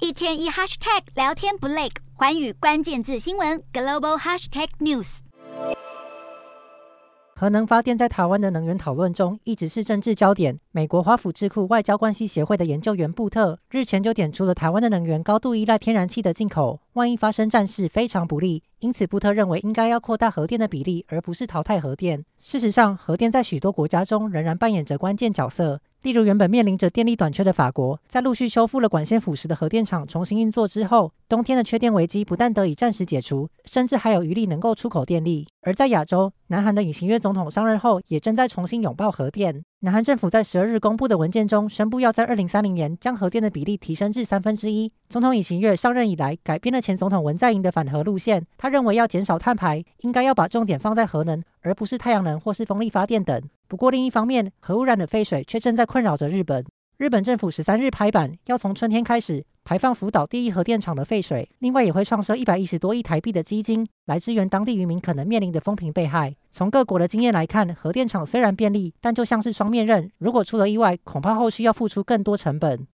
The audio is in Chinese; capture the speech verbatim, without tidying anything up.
一天一 hashtag 聊天不累，寰宇关键字新闻 global hashtag news。 核能发电在台湾的能源讨论中一直是政治焦点。美国华府智库外交关系协会的研究员布特日前就点出了台湾的能源高度依赖天然气的进口，万一发生战事非常不利。因此布特认为应该要扩大核电的比例，而不是淘汰核电。事实上，核电在许多国家中仍然扮演着关键角色。例如原本面临着电力短缺的法国，在陆续修复了管线腐蚀的核电厂重新运作之后，冬天的缺电危机不但得以暂时解除，甚至还有余力能够出口电力。而在亚洲，南韩的尹锡悦总统上任后也正在重新拥抱核电。南韩政府在十二日公布的文件中宣布，要在二零三零年将核电的比例提升至三分之一。总统尹锡悦上任以来，改变了前总统文在寅的反核路线。他认为要减少碳排，应该要把重点放在核能，而不是太阳能或是风力发电等。不过另一方面，核污染的废水却正在困扰着日本。日本政府十三日拍板，要从春天开始排放福岛第一核电厂的废水，另外也会创设一百一十多亿台币的基金，来支援当地渔民可能面临的风评被害。从各国的经验来看，核电厂虽然便利，但就像是双面刃，如果出了意外，恐怕后续要付出更多成本。